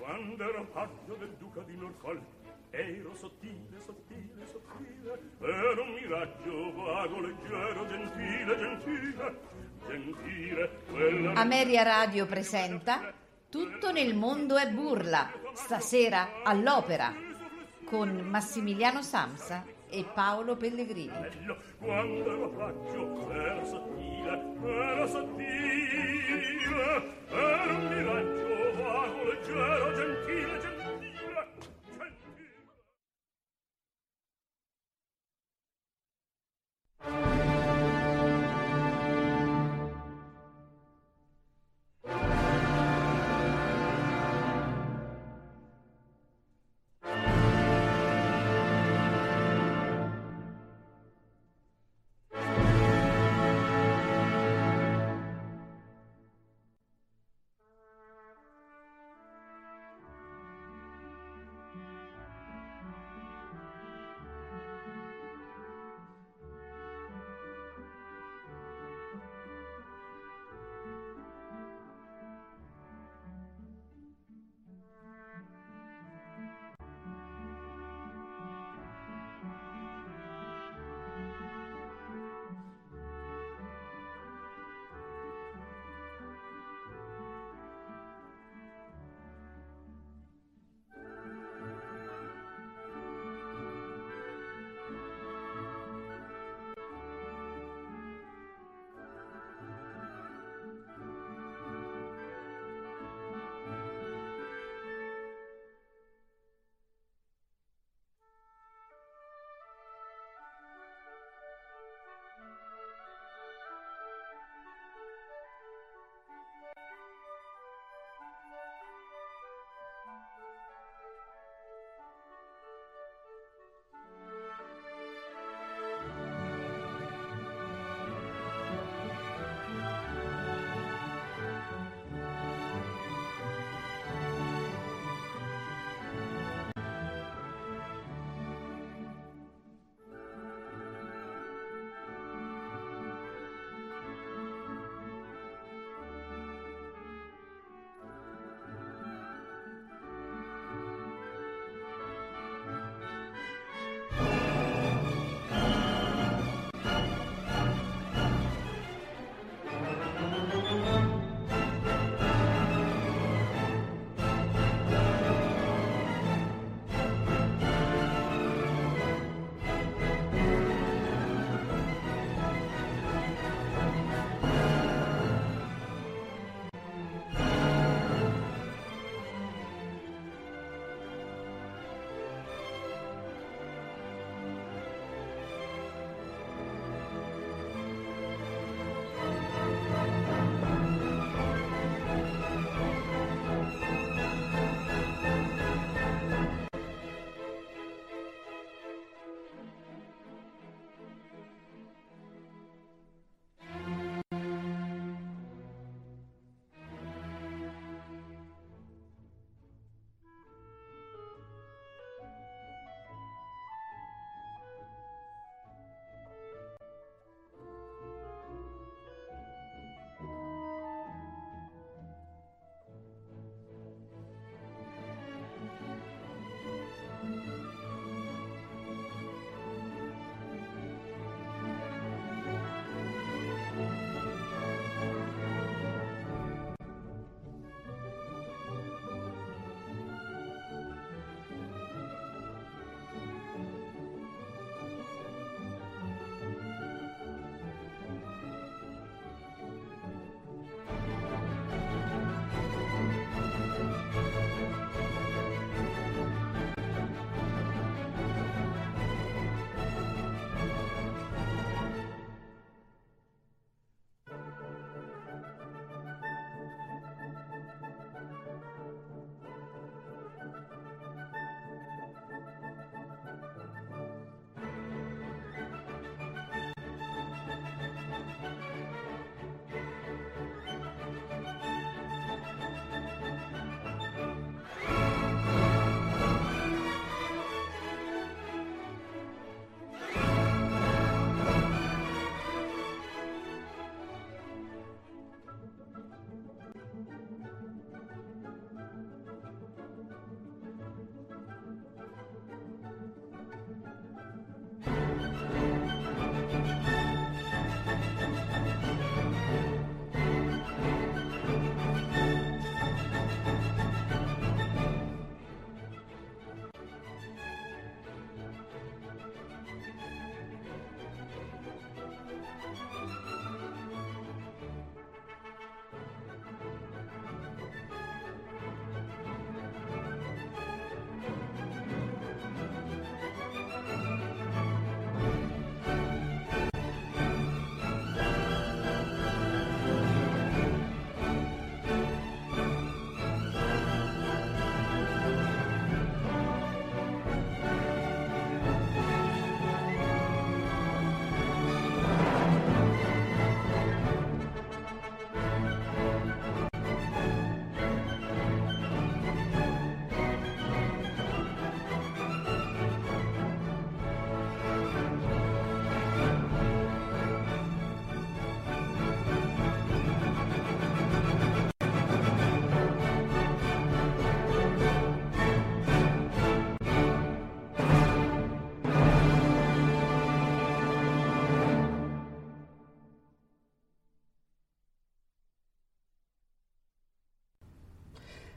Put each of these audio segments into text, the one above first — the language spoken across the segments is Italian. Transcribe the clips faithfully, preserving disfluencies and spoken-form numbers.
quando ero paggio del duca di Norfolk, ero sottile, sottile, sottile, ero un miraggio vago, leggero, gentile, gentile, gentile. Quella... Ameria Radio presenta Tutto nel mondo è burla, stasera all'Opera, con Massimiliano Samsa e Paolo Pellegrini. Quando ero paggio, ero sottile, ero sottile, ero un miraggio vago, leggero, gentile, gentile.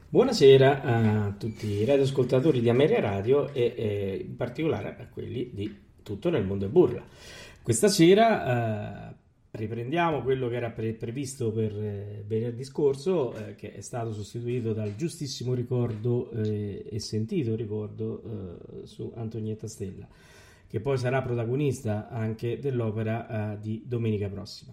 Buonasera a tutti i radioascoltatori di Ameria Radio e, e in particolare a quelli di Tutto nel mondo è burla. Questa sera eh, riprendiamo quello che era pre- previsto per eh, venerdì scorso, eh, che è stato sostituito dal giustissimo ricordo eh, e sentito ricordo eh, su Antonietta Stella, che poi sarà protagonista anche dell'opera eh, di domenica prossima.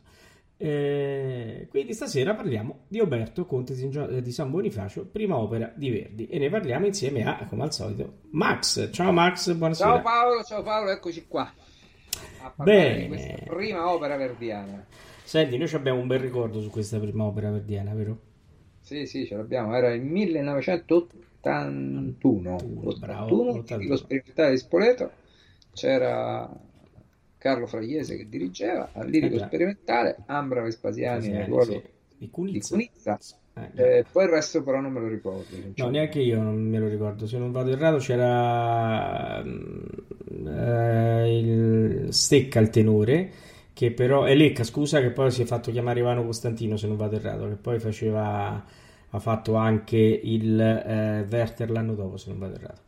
Eh, quindi stasera parliamo di Oberto, conte di San Bonifacio, prima opera di Verdi, e ne parliamo insieme a, come al solito, Max. Ciao Max, buonasera. Ciao Paolo, ciao Paolo, eccoci qua a parlare Bene. di questa prima opera verdiana. Senti, noi abbiamo un bel ricordo su questa prima opera verdiana, vero? Sì, sì, ce l'abbiamo, era il millenovecentottantuno, Bravo, lo sperimentale di Spoleto, c'era Carlo Fragliese che dirigeva, al lirico Eh già. sperimentale, Ambra Vespasiani nel ruolo Sì. Di Cunizza. di Cunizza. Eh, già. Eh, poi il resto però non me lo ricordo. No, sinceramente. neanche io non me lo ricordo. Se non vado errato, c'era mm, eh, il Stecca, il tenore, che però è Lecca, scusa, che poi si è fatto chiamare Ivano Costantino, se non vado errato, che poi faceva, ha fatto anche il eh, Werther l'anno dopo, se non vado errato.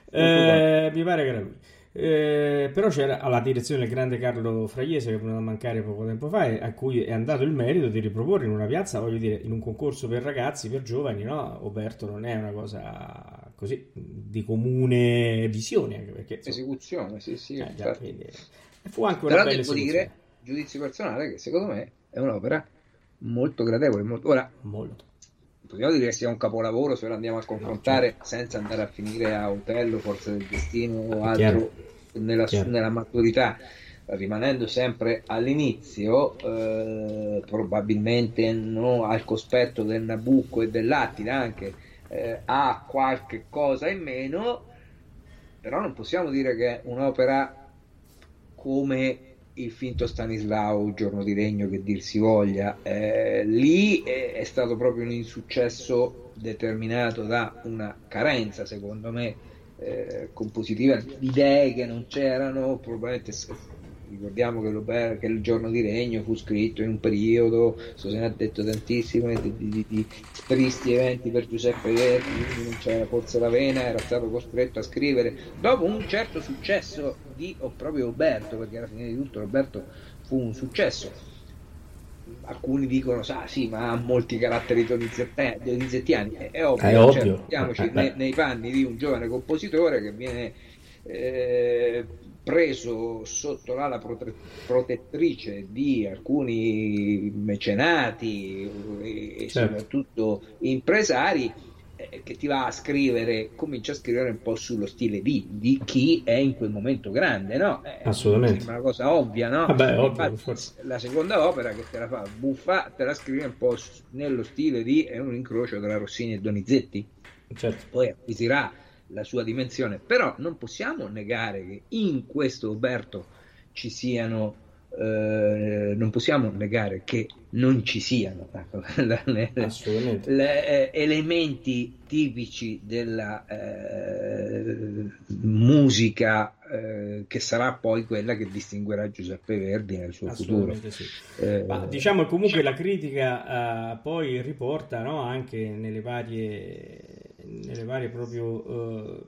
Eh, mi pare che era lui. Eh, però c'era alla direzione il grande Carlo Fragliese, che è venuto a mancare poco tempo fa, e a cui è andato il merito di riproporre in una piazza, voglio dire, in un concorso per ragazzi, per giovani, no? Oberto non è una cosa così di comune visione, anche perché insomma, Esecuzione, sì, sì. eh, già, infatti. quindi, fu anche una Però bella devo esecuzione. dire, giudizio personale, che secondo me è un'opera molto gradevole. molto- Ora, Molto. possiamo dire che sia un capolavoro se lo andiamo a confrontare senza andare a finire a Otello, Forza del Destino o altro Chiaro. nella, Chiaro. nella maturità, rimanendo sempre all'inizio, eh, probabilmente no, al cospetto del Nabucco e dell'Attila anche, eh, ha qualche cosa in meno, però non possiamo dire che è un'opera come il finto Stanislao, Giorno di Regno, che dir si voglia. Eh, lì è, è stato proprio un insuccesso determinato da una carenza, secondo me, eh, compositiva, di idee che non c'erano. Probabilmente ricordiamo che, lo, che il Giorno di Regno fu scritto in un periodo, so se ne ha detto tantissimo, di, di, di tristi eventi per Giuseppe Verdi, quindi non c'era forse la vena, era stato costretto a scrivere dopo un certo successo di o proprio Roberto, perché alla fine di tutto Roberto fu un successo. Alcuni dicono, sa, sì, ma ha molti caratteri donizetti- donizettiani, è, è ovvio, È cioè, ovvio. mettiamoci Eh, beh. nei, nei panni di un giovane compositore che viene eh, preso sotto l'ala prote- protettrice di alcuni mecenati e, e Certo. soprattutto impresari, eh, che ti va a scrivere, comincia a scrivere un po' sullo stile di, di chi è in quel momento grande, no? Eh, Assolutamente. Sembra una cosa ovvia, no? Vabbè, ovvio, Infatti, forse. la seconda opera che te la fa buffa, te la scrive un po' s- nello stile di, è un incrocio tra Rossini e Donizetti, Certo. poi acquisirà la sua dimensione, però non possiamo negare che in questo Oberto ci siano, eh, non possiamo negare che non ci siano ecco, le- le- Assolutamente. le- eh, elementi tipici della eh, musica eh, che sarà poi quella che distinguerà Giuseppe Verdi nel suo futuro. Assolutamente sì. Eh, Ma diciamo che comunque la critica eh, poi riporta, no, anche nelle varie, nelle varie proprio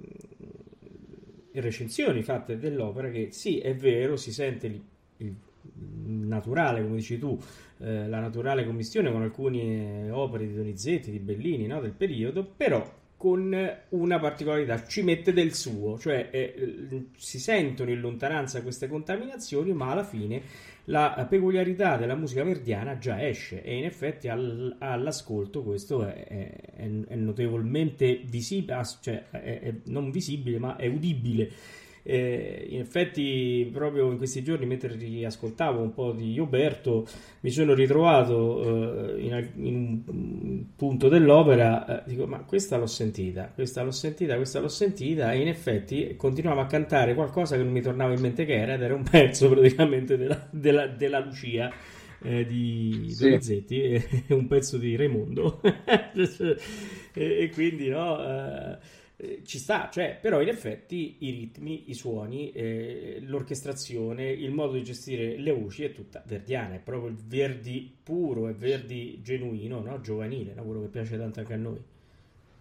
eh, recensioni fatte dell'opera, che sì, è vero, si sente il, il naturale, come dici tu, eh, la naturale commistione con alcune opere di Donizetti, di Bellini, no, del periodo, però con una particolarità, ci mette del suo, cioè eh, si sentono in lontananza queste contaminazioni, ma alla fine la peculiarità della musica verdiana già esce, e in effetti al, all'ascolto questo è, è, è notevolmente visibile, cioè è, è non visibile ma è udibile. Eh, in effetti proprio in questi giorni, mentre riascoltavo un po' di Oberto, mi sono ritrovato eh, in, in un punto dell'opera, eh, dico, ma questa l'ho sentita, questa l'ho sentita, questa l'ho sentita, e in effetti continuavo a cantare qualcosa che non mi tornava in mente che era, ed era un pezzo praticamente della, della, della Lucia eh, di Sì. Donizetti, e un pezzo di Raimondo e, e quindi no, eh, eh, ci sta, cioè, però in effetti i ritmi, i suoni, eh, l'orchestrazione, il modo di gestire le voci è tutta verdiana, è proprio il Verdi puro, è Verdi genuino, no? Giovanile, no? Quello che piace tanto anche a noi.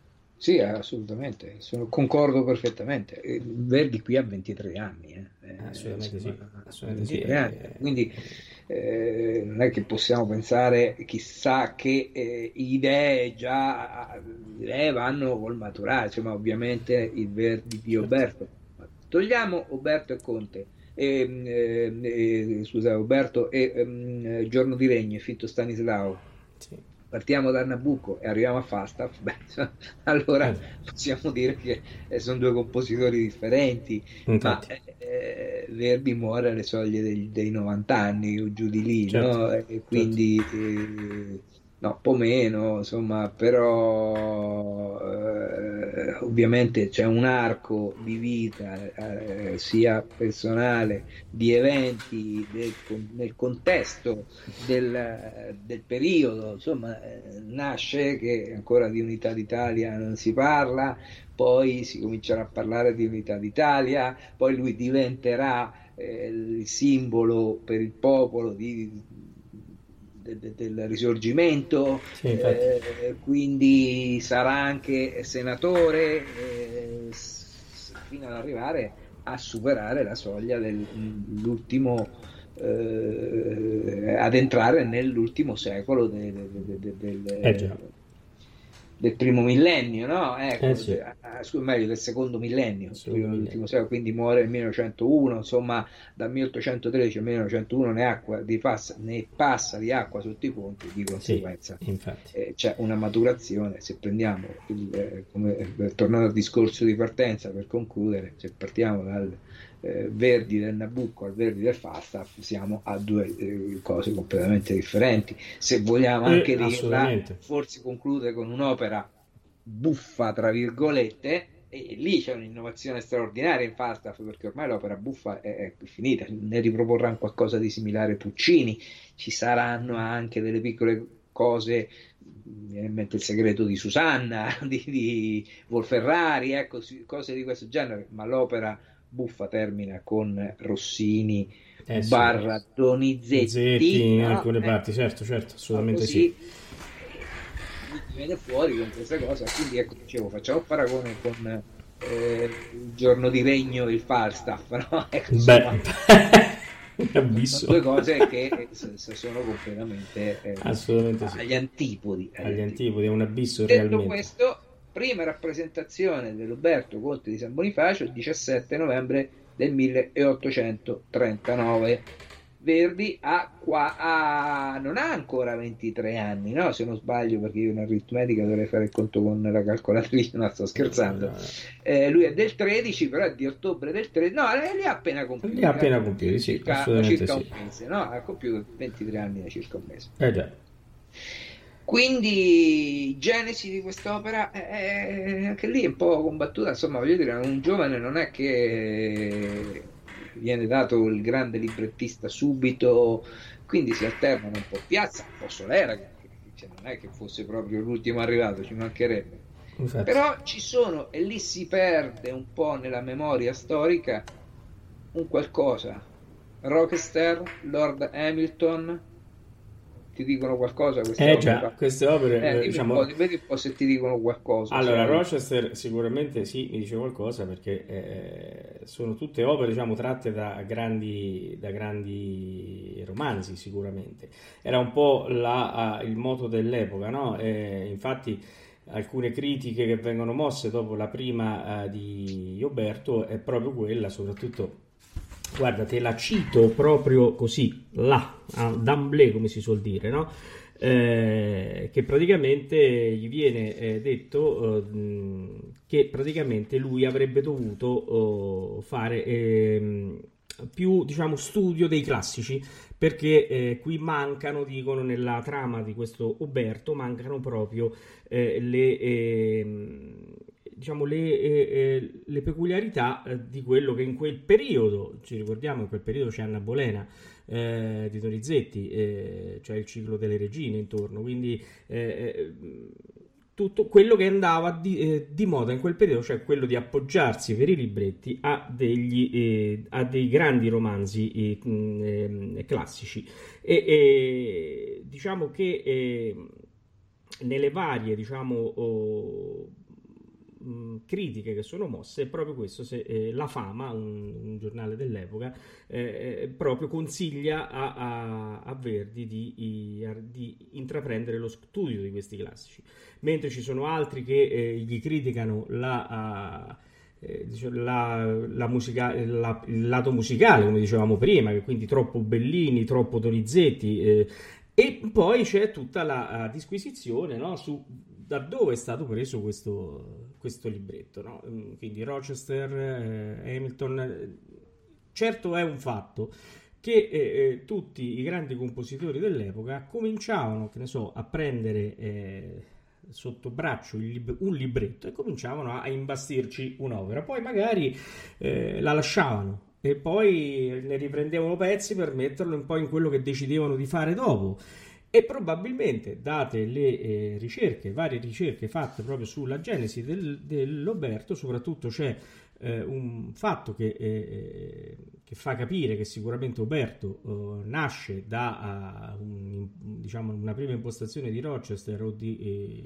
Sì, assolutamente, sono- concordo perfettamente. Eh, Verdi qui ha ventitré anni, eh. Eh, Assolutamente sì, insomma, assolutamente sì. ventitré anni, eh, quindi eh, non è che possiamo pensare chissà che eh, idee già idee vanno col maturare, insomma, ovviamente il Verdi di certo, Oberto. Ma togliamo Oberto e Conte, e, ehm, e, scusa, Oberto e ehm, Giorno di Regno e Fitto Stanislao. sì. Partiamo da Nabucco e arriviamo a Falstaff, beh, allora Eh, possiamo dire che eh, sono due compositori differenti, ma infatti, eh, eh, Verdi muore alle soglie dei, dei novanta anni o giù di lì, certo, no? E certo. quindi eh, no, un po' meno, insomma, però eh, ovviamente c'è un arco di vita eh, sia personale, di eventi del- nel contesto del, del periodo, insomma, eh, nasce che ancora di unità d'Italia non si parla, poi si comincerà a parlare di unità d'Italia, poi lui diventerà eh, il simbolo per il popolo di- de- de- del risorgimento, Sì, infatti. eh, quindi sarà anche senatore, eh, s- fino ad arrivare a superare la soglia dell'ultimo eh, ad entrare nell'ultimo secolo de- de- de- de- Eh già, del, del primo millennio, no? eh Ecco, sì, de- ah, scu- meglio del secondo millennio, secondo prima dell'ultimo millennio. secolo, quindi muore nel millenovecentouno, insomma, dal milleottocentotredici al millenovecentouno ne, acqua, di passa, ne passa di acqua sotto i ponti, di Sì, conseguenza infatti. eh, c'è una maturazione. Se prendiamo, il, eh, come, eh, tornando al discorso di partenza, per concludere, se partiamo dal eh, Verdi del Nabucco al Verdi del Falstaff, siamo a due eh, cose completamente differenti. Se vogliamo Eh, anche dirla, assolutamente. forse conclude con un'opera buffa, tra virgolette, e lì c'è un'innovazione straordinaria in Falstaff, perché ormai l'opera buffa è, è finita, ne riproporrà qualcosa di similare Puccini, ci saranno anche delle piccole cose, mi viene in mente Il segreto di Susanna, di, di Wolferrari, ecco, sì, cose di questo genere, ma l'opera buffa termina con Rossini Eh sì. barra Zetti Donizetti, in no? alcune Eh, parti, certo, certo, no, assolutamente sì. così eh, viene fuori con questa cosa, quindi ecco, dicevo, facciamo un paragone con eh, il giorno di regno e il Falstaff, no? Ecco, insomma, Beh, un sono due abisso. cose che eh, s- s- sono completamente eh, Assolutamente sì. agli antipodi, agli Agli antipodi. antipodi è un abisso Detto realmente. questo, prima rappresentazione dell'Uberto Conte di San Bonifacio il diciassette novembre del milleottocentotrentanove. Verdi ha qua, ha- non ha ancora ventitré anni, no? Se non sbaglio, perché io in aritmetica dovrei fare il conto con la calcolatrice, no, sto scherzando. Eh, lui è del tredici, però è di ottobre del tredici, no, li ha appena compiuti, Li ha li ha appena compiuti compiuti, sì, circa, assolutamente circa un sì. mese, no? Ha compiuto ventitré anni da circa un mese. Eh già. Quindi genesi di quest'opera è anche lì è un po' combattuta, insomma, voglio dire, a un giovane non è che viene dato il grande librettista subito, quindi si alternano un po' Piazza, un po' Solera, che, che- cioè, non è che fosse proprio l'ultimo arrivato, ci mancherebbe. Infatti. Però ci sono, e lì si perde un po' nella memoria storica, un qualcosa. Rochester, Lord Hamilton, ti dicono qualcosa queste Eh già, opere? queste opere, Eh, eh, dimmi un po', diciamo, vedi un po' se ti dicono qualcosa. allora, Se... Rochester sicuramente sì, mi dice qualcosa perché eh, sono tutte opere, diciamo, tratte da grandi, da grandi romanzi, sicuramente. Era un po' la- il moto dell'epoca, no? Eh, infatti, alcune critiche che vengono mosse dopo la prima eh, di Oberto è proprio quella, soprattutto, guarda, te la cito proprio così, là, ah, d'emblée, come si suol dire, no? Eh, che praticamente gli viene eh, detto eh, mh, che praticamente lui avrebbe dovuto oh, fare ehm, più, diciamo, studio dei classici, perché eh, qui mancano, dicono, nella trama di questo Uberto, mancano proprio eh, le, ehm, diciamo, le, eh, eh, le peculiarità eh, di quello che in quel periodo, ci ricordiamo, in quel periodo c'è Anna Bolena eh, di Donizetti, eh, cioè il ciclo delle regine intorno, quindi eh, eh, tutto quello che andava di, eh, di moda in quel periodo, cioè quello di appoggiarsi per i libretti a, degli, eh, a dei grandi romanzi eh, mh, eh, classici. E, e diciamo che eh, nelle varie, diciamo, oh, critiche che sono mosse è proprio questo, se, eh, la Fama, un, un giornale dell'epoca, eh, proprio consiglia a, a, a Verdi di, di intraprendere lo studio di questi classici, mentre ci sono altri che eh, gli criticano la... A, Eh, la, la musica, la, il lato musicale, come dicevamo prima, che quindi troppo Bellini, troppo Donizetti, eh, e poi c'è tutta la, la disquisizione, no, su da dove è stato preso questo, questo libretto, no? Quindi Rochester, eh, Hamilton. Certo è un fatto che eh, tutti i grandi compositori dell'epoca cominciavano, che ne so, a prendere eh, sotto braccio il lib- un libretto e cominciavano a, a imbastirci un'opera, poi magari eh, la lasciavano e poi ne riprendevano pezzi per metterlo un po' in quello che decidevano di fare dopo, e probabilmente, date le eh, ricerche, varie ricerche fatte proprio sulla genesi del, dell'Oberto, soprattutto c'è eh, un fatto che, eh, che fa capire che sicuramente Oberto eh, nasce da uh, un, diciamo, una prima impostazione di Rochester o di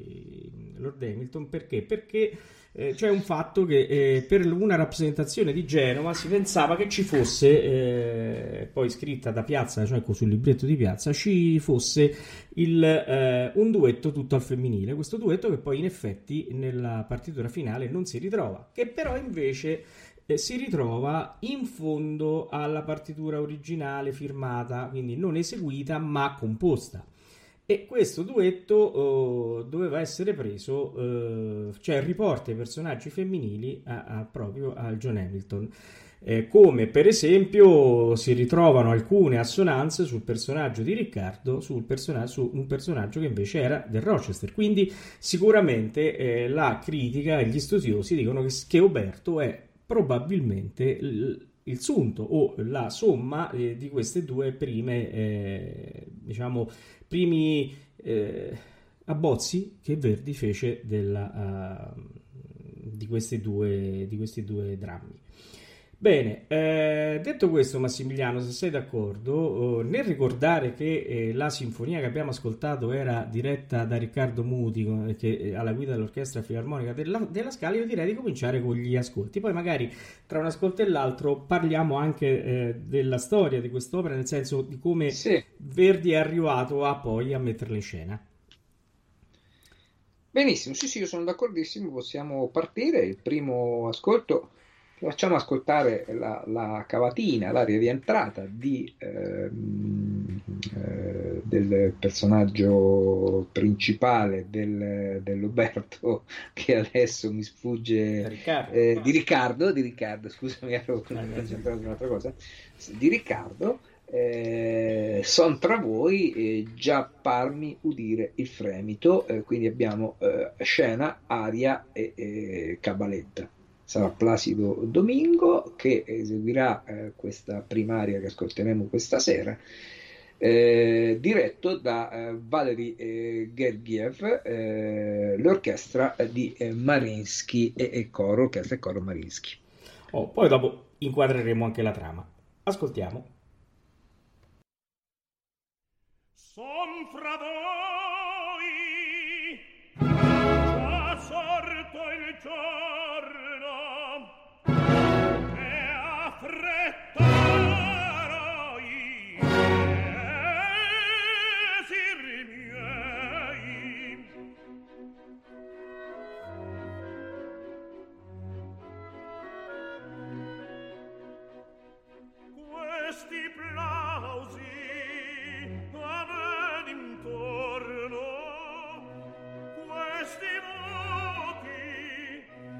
eh, Lord Hamilton. Perché? Perché eh, c'è un fatto che eh, per una rappresentazione di Genova si pensava che ci fosse, eh, poi scritta da Piazza, cioè sul libretto di Piazza, ci fosse il, eh, un duetto tutto al femminile. Questo duetto che poi in effetti nella partitura finale non si ritrova, che però invece eh, si ritrova in fondo alla partitura originale firmata, quindi non eseguita ma composta. E questo duetto uh, doveva essere preso, uh, cioè riporta i personaggi femminili a, a proprio al John Hamilton. Eh, come per esempio si ritrovano alcune assonanze sul personaggio di Riccardo, sul personaggio, su un personaggio che invece era del Rochester. Quindi sicuramente eh, la critica e gli studiosi dicono che, che Oberto è probabilmente l- il sunto o la somma eh, di queste due prime, eh, diciamo, primi eh, abbozzi che Verdi fece della, uh, di, questi due, di questi due drammi. Bene, eh, detto questo, Massimiliano, se sei d'accordo, eh, nel ricordare che eh, la sinfonia che abbiamo ascoltato era diretta da Riccardo Muti, che eh, alla guida dell'Orchestra Filarmonica della, della Scala, io direi di cominciare con gli ascolti. Poi magari tra un ascolto e l'altro parliamo anche eh, della storia di quest'opera, nel senso di come sì. Verdi è arrivato a poi a metterla in scena. Benissimo, sì sì, io sono d'accordissimo, possiamo partire. Il primo ascolto facciamo ascoltare la, la cavatina, l'aria di entrata di, ehm, eh, del personaggio principale del, dell'Oberto, che adesso mi sfugge, Riccardo. Eh, di Riccardo, di Riccardo, scusami, ero concentrato su un'altra cosa, di Riccardo. Eh, son tra voi eh, già parmi udire il fremito, eh, quindi abbiamo eh, scena, aria e eh, cabaletta. Sarà Placido Domingo che eseguirà eh, questa primaria che ascolteremo questa sera, eh, diretto da eh, Valery eh, Gergiev, eh, l'orchestra di eh, Mariinsky e, e coro, orchestra e coro Mariinsky. Oh, poi dopo inquadreremo anche la trama. Ascoltiamo. Son fra voi già sorto il giorno che affretterò i desiri miei. Questi plausi a me d'intorno, questi voti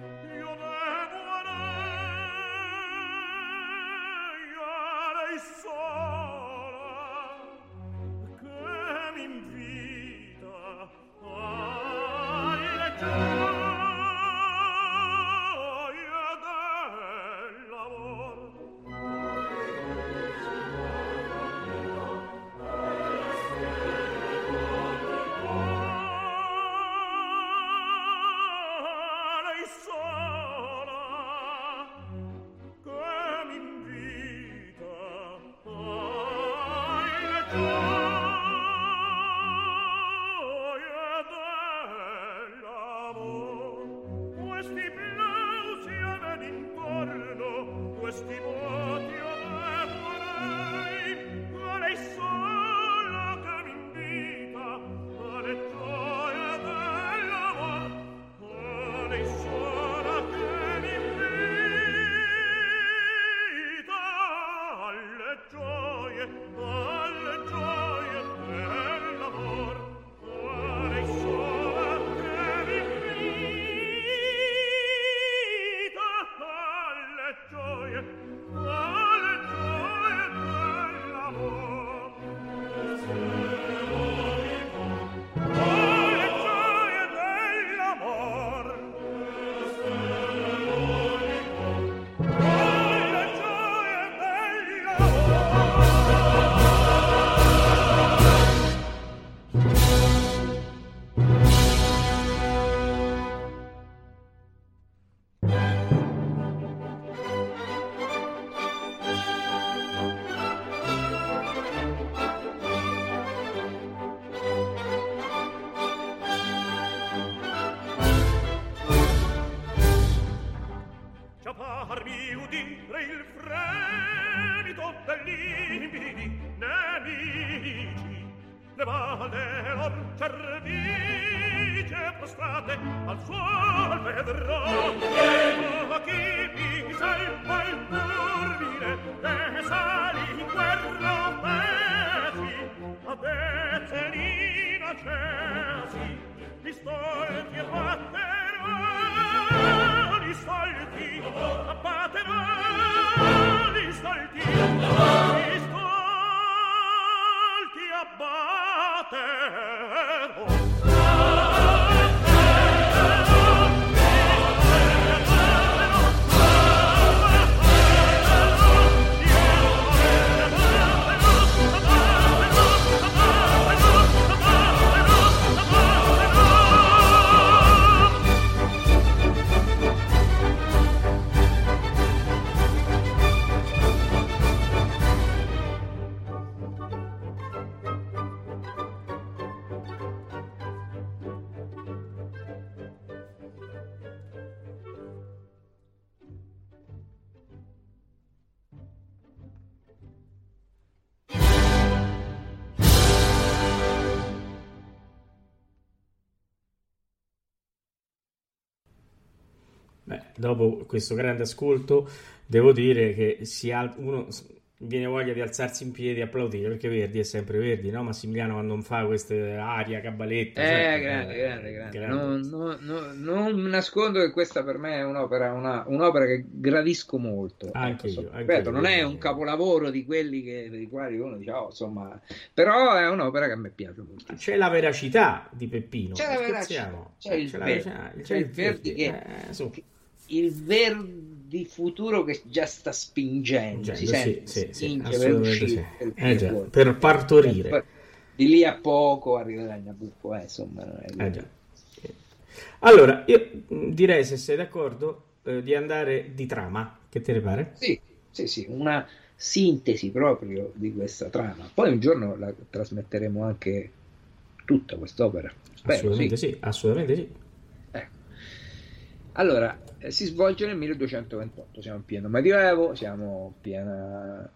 farmi udire il fremito degli limpidi nemici, le valle lor cervice prostrate al suol vedrò, ma chi mi salva il turbine e sali in guerra pesi, a Bezzerina cesi, mi stolti e batterò, li stolti, abbatterò, li stolti, li stolti, abbatterò. Beh, dopo questo grande ascolto devo dire che si al- uno s- viene voglia di alzarsi in piedi e applaudire, perché Verdi è sempre Verdi, no? Massimiliano quando non fa queste aria, cabaletta, Eh, sai, grande, eh, grande, grande. grande. Non, non- non- non nascondo che questa per me è un'opera, una- un'opera che gradisco molto. Anche Ecco, io, so- anche ripeto, io. non è un capolavoro di quelli che, dei quali uno dice, oh, insomma, però è un'opera che a me piace molto. C'è la veracità di Peppino, C'è la non veracità, scherziamo. c'è il C'è la Verdi, veracità, c'è c'è il il Verdi Verdi, che- eh, su. Il Verdi futuro che già sta spingendo, si Sì, sente, sì, sì, spinge per assolutamente uscire, sì. per Eh già, fuori. per partorire. Poi, di lì a poco arriverà il Nabucco, eh, insomma, non è Eh già. Allora, io mh, direi, se sei d'accordo, eh, di andare di trama. Che te ne pare? Sì, sì, sì, una sintesi proprio di questa trama. Poi un giorno la trasmetteremo anche tutta quest'opera. Spero, Assolutamente sì. sì, assolutamente sì. Ecco. Allora, eh, si svolge nel milleduecentoventotto, siamo in pieno Medioevo, siamo piena...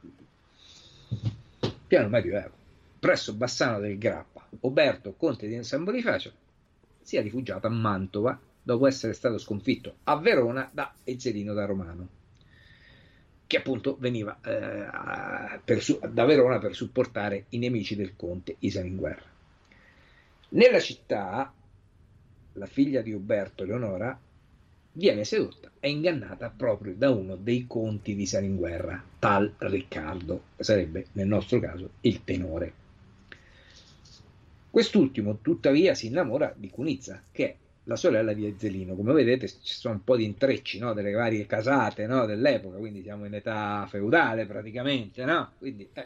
pieno Medioevo. Presso Bassano del Grappa, Oberto, conte di San Bonifacio, si è rifugiato a Mantova dopo essere stato sconfitto a Verona da Ezzelino da Romano, che appunto veniva eh, per su- da Verona per supportare i nemici del conte Isari in guerra. Nella città, la figlia di Oberto, Leonora, viene sedotta e ingannata proprio da uno dei conti di Salinguerra, tal Riccardo, che sarebbe nel nostro caso il tenore. Quest'ultimo tuttavia si innamora di Cunizza, che è la sorella di Ezzelino. Come vedete ci sono un po' di intrecci, no? Delle varie casate, no? Dell'epoca, quindi siamo in età feudale praticamente, no? Quindi, eh.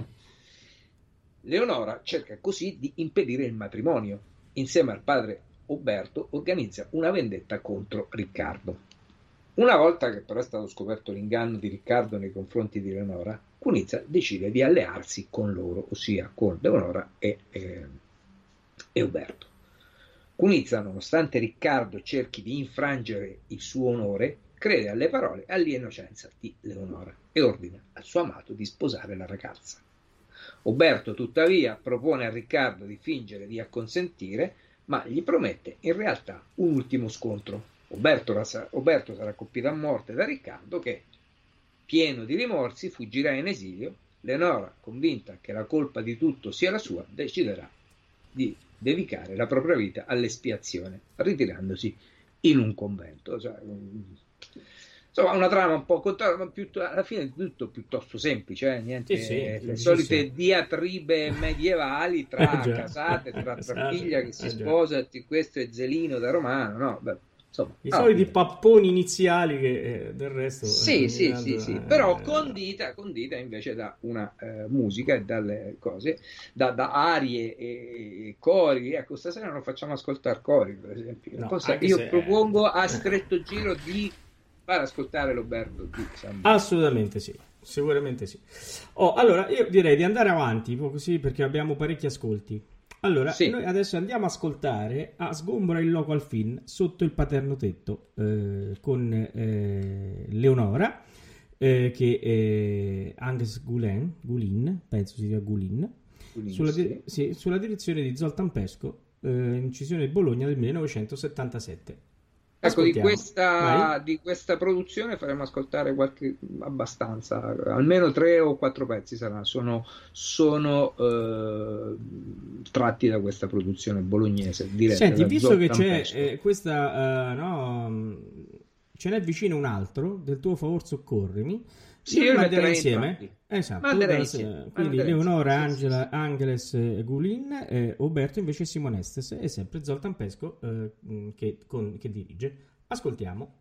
Leonora cerca così di impedire il matrimonio. Insieme al padre Oberto organizza una vendetta contro Riccardo. Una volta che però è stato scoperto l'inganno di Riccardo nei confronti di Leonora, Cunizza decide di allearsi con loro, ossia con Leonora e, eh, e Oberto. Cunizza, nonostante Riccardo cerchi di infrangere il suo onore, crede alle parole e all'innocenza di Leonora e ordina al suo amato di sposare la ragazza. Oberto, tuttavia, propone a Riccardo di fingere di acconsentire, ma gli promette in realtà un ultimo scontro. Oberto, Oberto sarà colpito a morte da Riccardo che, pieno di rimorsi, fuggirà in esilio. Leonora, convinta che la colpa di tutto sia la sua, deciderà di dedicare la propria vita all'espiazione, ritirandosi in un convento. Cioè, insomma, una trama un po' contata, ma più, alla fine di tutto piuttosto semplice, eh? Niente, Sì, sì, le sì, solite sì. diatribe medievali tra Eh già. casate, tra, tra Esatto, figlia che si eh già. sposa, ti- questo è Zelino da Romano, no? Beh, insomma, I alla soliti fine. papponi iniziali che eh, del resto... Sì, eh, sì, ogni sì, tanto, sì, eh, però condita, condita invece da una eh, musica e dalle cose, da, da arie e, e cori. Ecco, stasera non facciamo ascoltare cori, per esempio. No, Cosa- anche io se- propongo a stretto giro di far ascoltare Roberto di San Marco. Assolutamente sì, sicuramente sì. Oh, allora, io direi di andare avanti, un po' così, perché abbiamo parecchi ascolti. Allora, Sì. noi adesso andiamo a ascoltare a Sgombra il local film sotto il paterno tetto eh, con eh, Leonora eh, che è Angus Gulen, Gulin, penso si sia Gulin, Quindi, sulla, sì. di- sì, sulla direzione di Zoltan Pesco, eh, incisione Bologna del millenovecentosettantasette. Ecco, di Ascoltiamo, vai. questa, di questa produzione faremo ascoltare qualche abbastanza, almeno tre o quattro pezzi saranno, sono, sono eh, tratti da questa produzione bolognese diretta Senti, da visto che Zoltan c'è Pesco. eh, questa, eh, no, mh, ce n'è vicino un altro, del tuo favor soccorrimi, Sì, io io li li manderei metterei insieme. entrambi. Esatto, Manderei da- insieme, se- quindi manderei insieme. Leonora, Sì, sì, Angela, sì. Angeles, eh, Gulin, eh, Roberto invece Simonestes e sempre Zoltan Pesco eh, mh, che, con- che dirige. Ascoltiamo.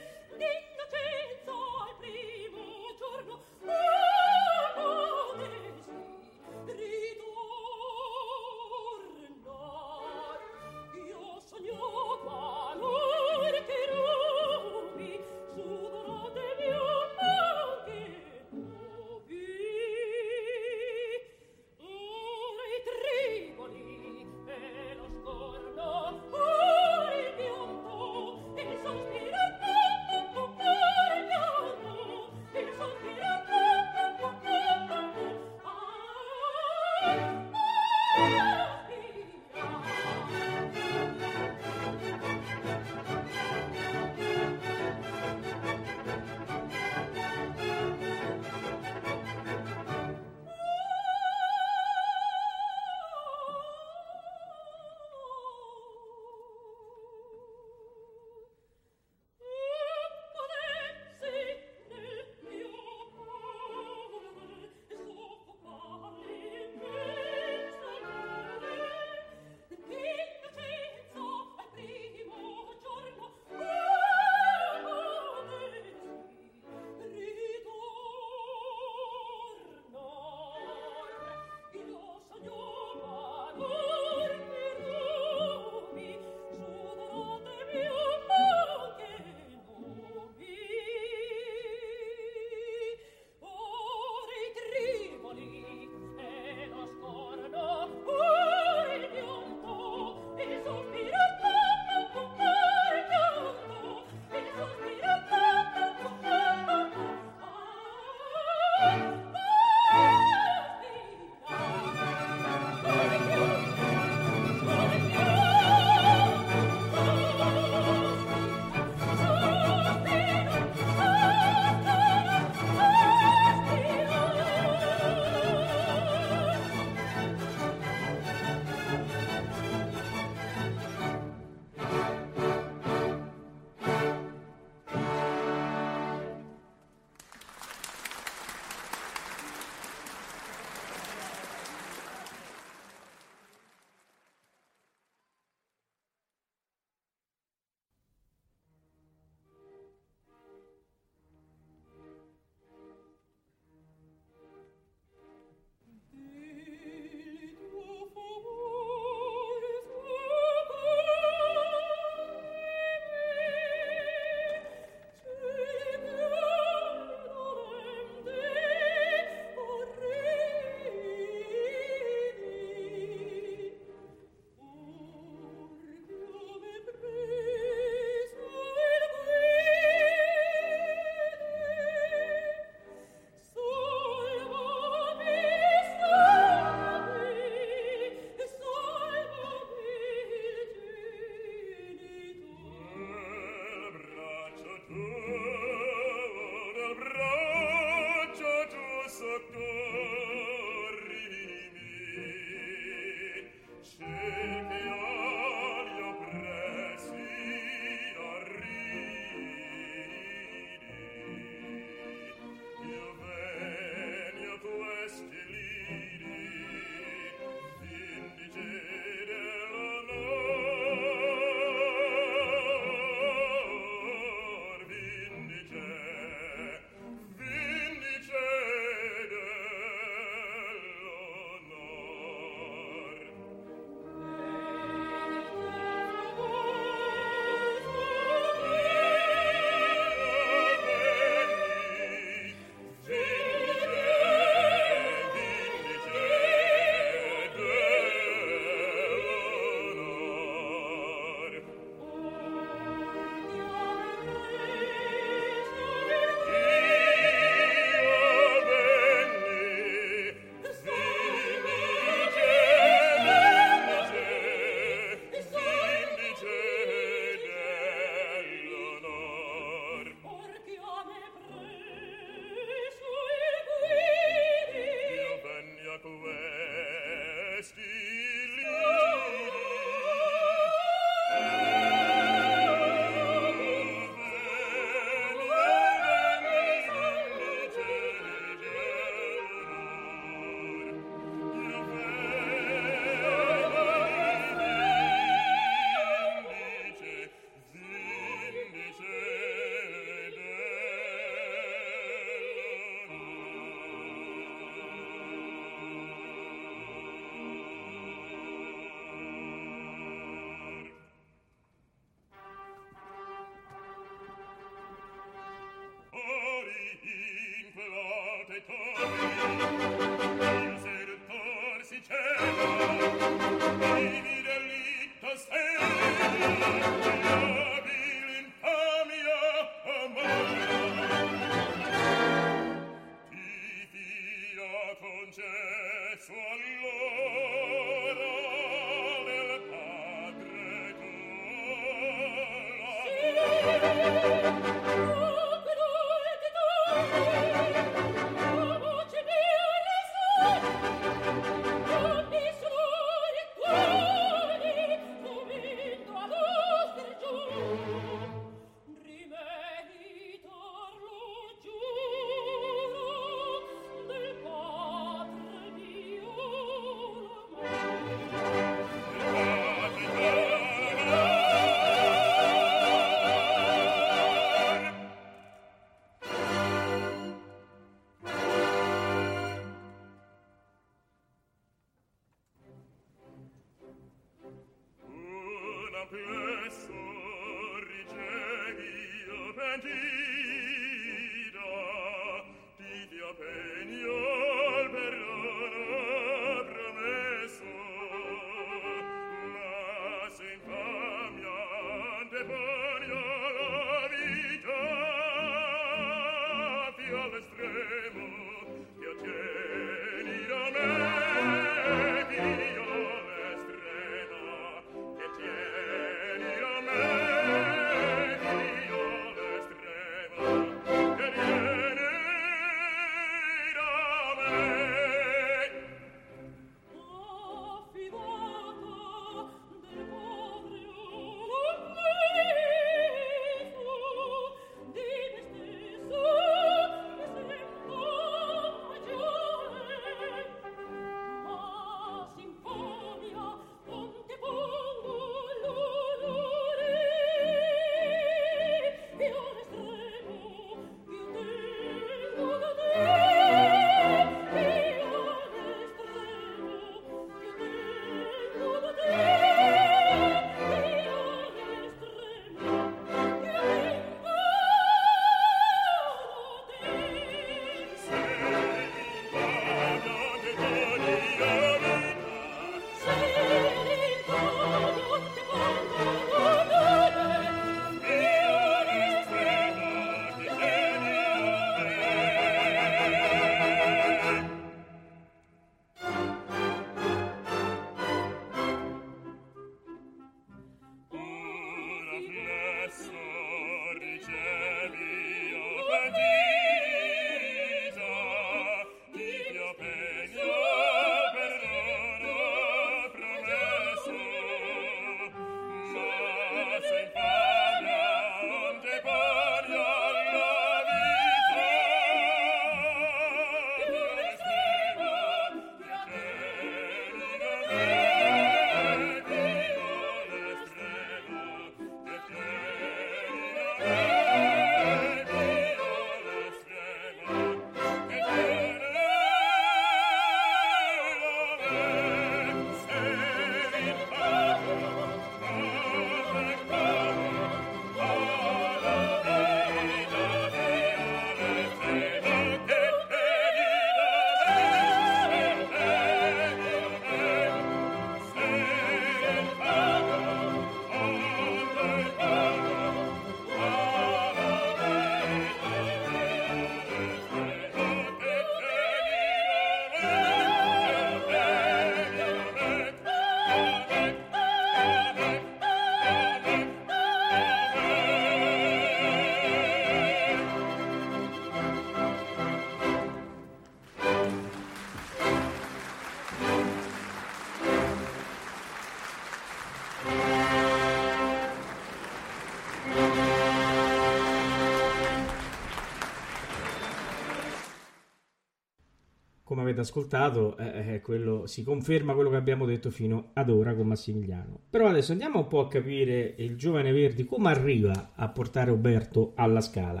come avete ascoltato, eh, quello, si conferma quello che abbiamo detto fino ad ora con Massimiliano. Però adesso andiamo un po' a capire il giovane Verdi come arriva a portare Oberto alla Scala.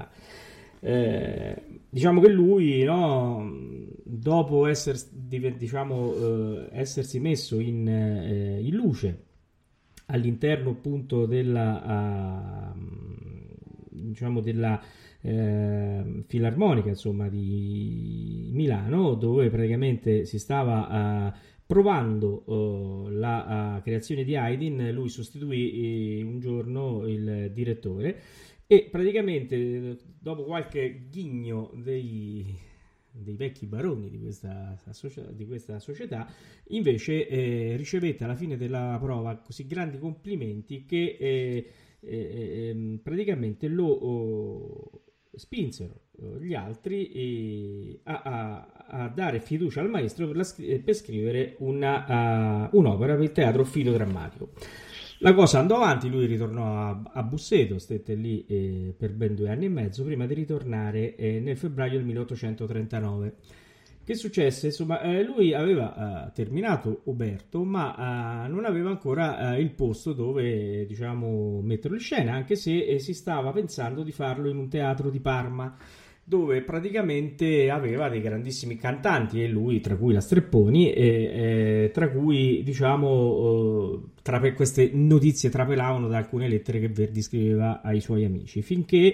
Eh, diciamo che lui, no, dopo esser, diciamo, eh, essersi messo in, eh, in luce all'interno appunto della, uh, diciamo della eh, filarmonica, insomma, di Milano, dove praticamente si stava eh, provando uh, la uh, creazione di Haydn. Lui sostituì eh, un giorno il direttore e praticamente dopo qualche ghigno dei, dei vecchi baroni di questa, di questa società, invece eh, ricevette alla fine della prova così grandi complimenti che eh, eh, praticamente lo oh, spinsero gli altri e a, a, a dare fiducia al maestro per, la, per scrivere una, uh, un'opera per il teatro filodrammatico. La cosa andò avanti, lui ritornò a, a Busseto, stette lì eh, per ben due anni e mezzo prima di ritornare eh, nel febbraio del milleottocentotrentanove. Che successe? Insomma, eh, lui aveva uh, terminato Uberto, ma uh, non aveva ancora uh, il posto dove, diciamo, metterlo in scena, anche se eh, si stava pensando di farlo in un teatro di Parma, dove praticamente aveva dei grandissimi cantanti, e lui, tra cui la Strepponi, e, e tra cui, diciamo, eh, tra queste notizie trapelavano da alcune lettere che Verdi scriveva ai suoi amici, finché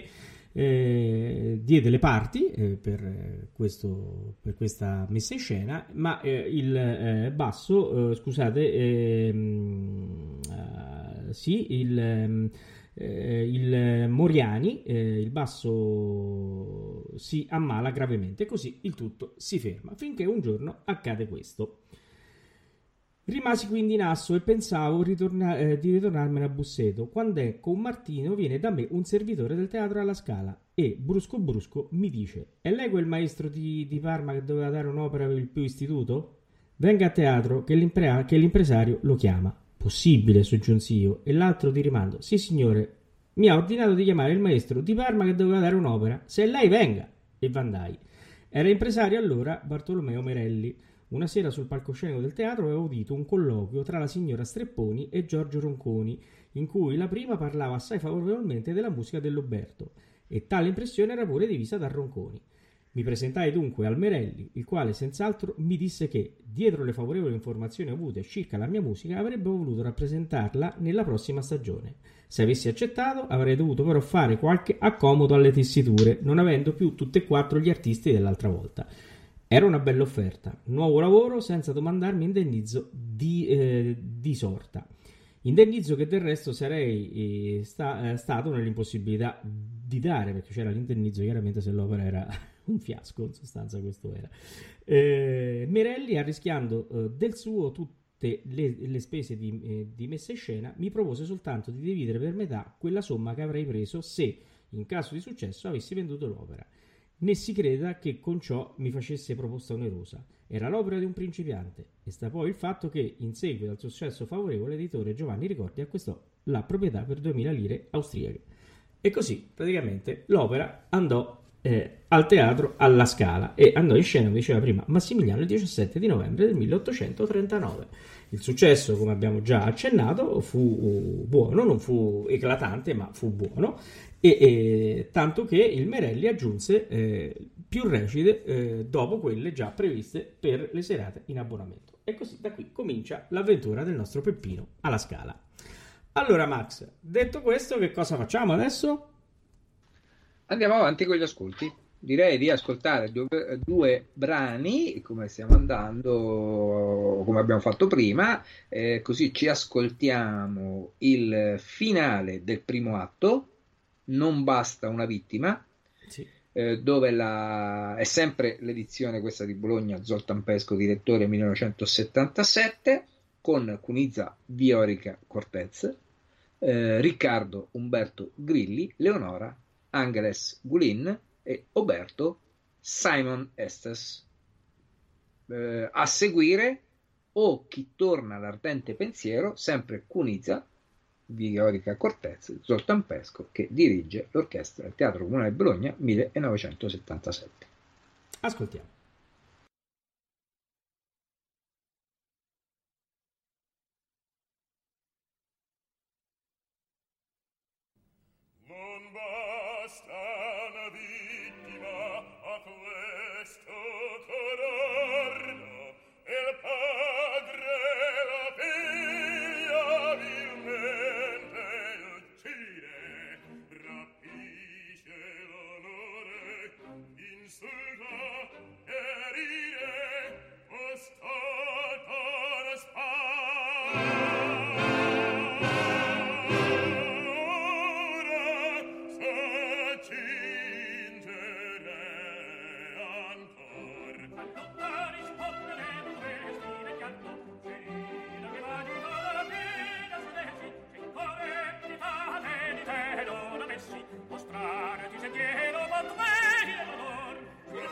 eh, diede le parti eh, per, questo, per questa messa in scena, ma eh, il eh, basso, eh, scusate, ehm, eh, sì, il... Ehm, Eh, il Moriani, eh, il basso, si ammala gravemente, così il tutto si ferma finché un giorno accade questo. Rimasi quindi in asso e pensavo ritorna- eh, di ritornarmene a Busseto, quando ecco un mattino viene da me un servitore del teatro alla Scala e brusco brusco mi dice: è lei quel maestro di, di Parma che doveva dare un'opera per il Pio Istituto? Venga a teatro che, l'impre- che l'impresario lo chiama. Possibile, soggiunsi io, e l'altro di rimando: sì signore, mi ha ordinato di chiamare il maestro di Parma che doveva dare un'opera, se lei venga. E vandai. Era impresario allora Bartolomeo Merelli. Una sera sul palcoscenico del teatro avevo udito un colloquio tra la signora Strepponi e Giorgio Ronconi, in cui la prima parlava assai favorevolmente della musica dell'Uberto, e tale impressione era pure divisa da Ronconi. Mi presentai dunque al Merelli, il quale senz'altro mi disse che, dietro le favorevoli informazioni avute circa la mia musica, avrebbe voluto rappresentarla nella prossima stagione. Se avessi accettato, avrei dovuto però fare qualche accomodo alle tessiture, non avendo più tutti e quattro gli artisti dell'altra volta. Era una bella offerta, nuovo lavoro senza domandarmi indennizzo di, eh, di sorta. Indennizzo che del resto sarei eh, sta, eh, stato nell'impossibilità di dare, perché c'era l'indennizzo chiaramente se l'opera era un fiasco, in sostanza questo era. Eh, Merelli, arrischiando eh, del suo tutte le, le spese di, eh, di messa in scena, mi propose soltanto di dividere per metà quella somma che avrei preso se, in caso di successo, avessi venduto l'opera. Né si creda che con ciò mi facesse proposta onerosa. Era l'opera di un principiante, e sta poi il fatto che, in seguito al successo favorevole, l'editore Giovanni Ricordi acquistò la proprietà per duemila lire austriache. E così, praticamente, l'opera andò eh, al teatro alla Scala e andò in scena, come diceva prima Massimiliano, il diciassette di novembre del milleottocentotrentanove. Il successo, come abbiamo già accennato, fu buono, non fu eclatante, ma fu buono, e, e tanto che il Merelli aggiunse eh, più recite eh, dopo quelle già previste per le serate in abbonamento. E così da qui comincia l'avventura del nostro Peppino alla Scala. Allora Max, detto questo, che cosa facciamo adesso? Andiamo avanti con gli ascolti. Direi di ascoltare due, due brani, come stiamo andando, come abbiamo fatto prima, eh, così ci ascoltiamo il finale del primo atto, Non basta una vittima, Sì. eh, dove la, è sempre l'edizione questa di Bologna, Zoltan Pesco, direttore millenovecentosettantasette, con Cunizza Viorica Cortez, eh, Riccardo Umberto Grilli, Leonora Angeles Gulin e Oberto Simon Estes. Eh, a seguire O chi torna all'ardente pensiero, sempre Cunizza Viorica Cortez, Zoltan Pesco, che dirige l'orchestra del Teatro Comunale di Bologna millenovecentosettantasette. Ascoltiamo. Non basta una vittima a questo codardo, il padre la figlia vilmente uccide, rapisce l'onore Mostrare ti sentiero, ma tu vedi l'onor,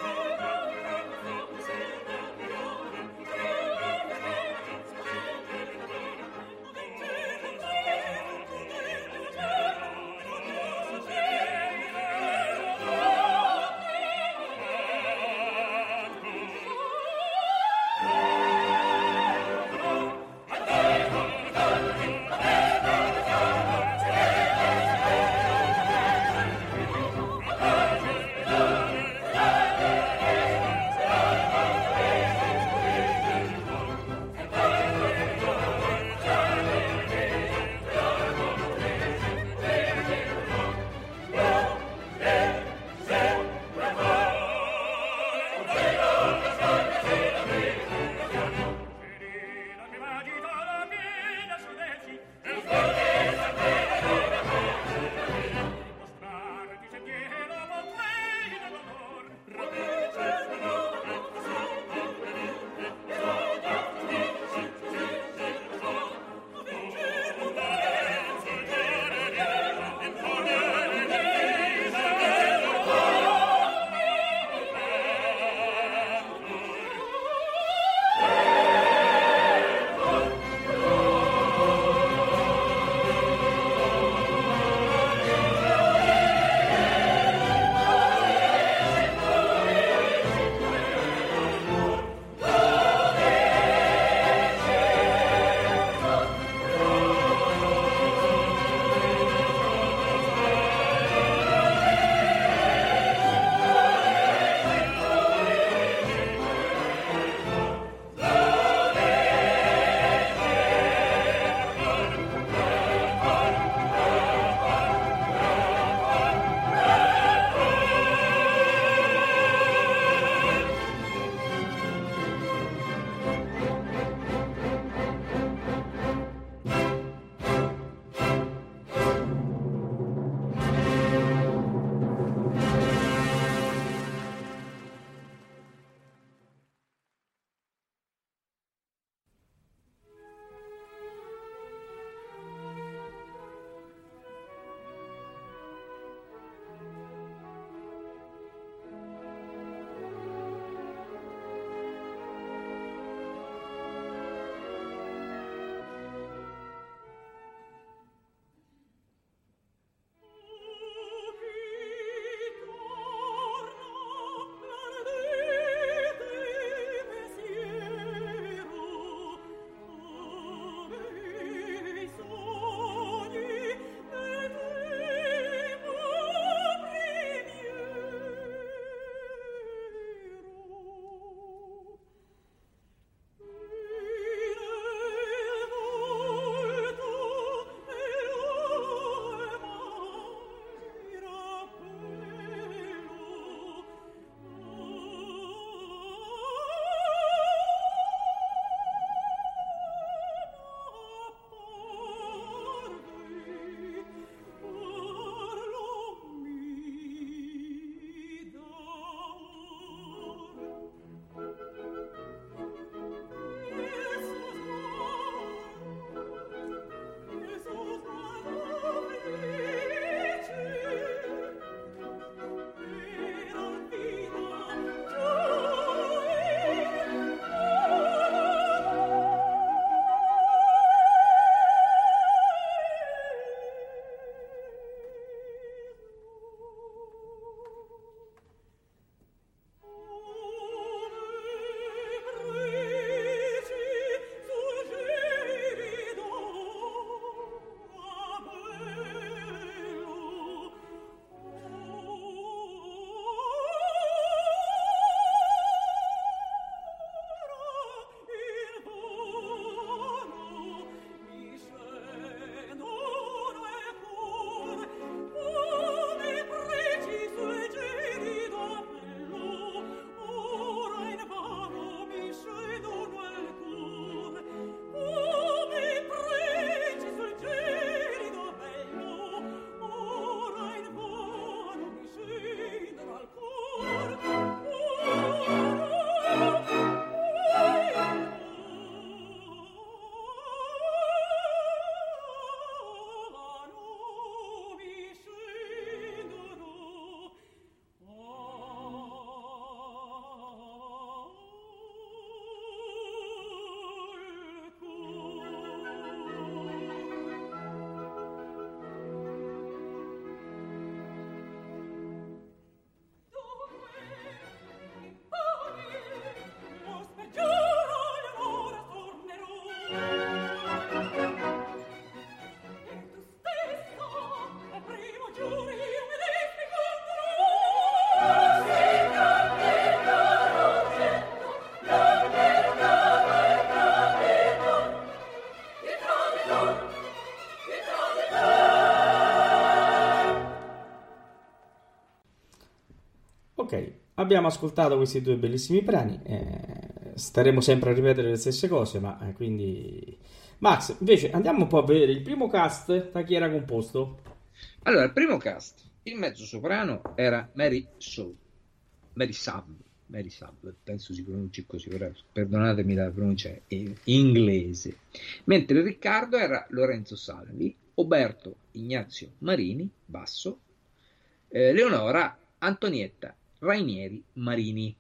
abbiamo ascoltato questi due bellissimi brani, eh, staremo sempre a ripetere le stesse cose, ma eh, quindi... Max, invece andiamo un po' a vedere il primo cast, da chi era composto? Allora, il primo cast, il mezzo soprano era Mary Saul, Mary Saul, Mary Saul, penso si pronunci così, ora perdonatemi la pronuncia in inglese, mentre Riccardo era Lorenzo Salvi, Oberto Ignazio Marini, basso, eh, Leonora Antonietta Rainieri Marini,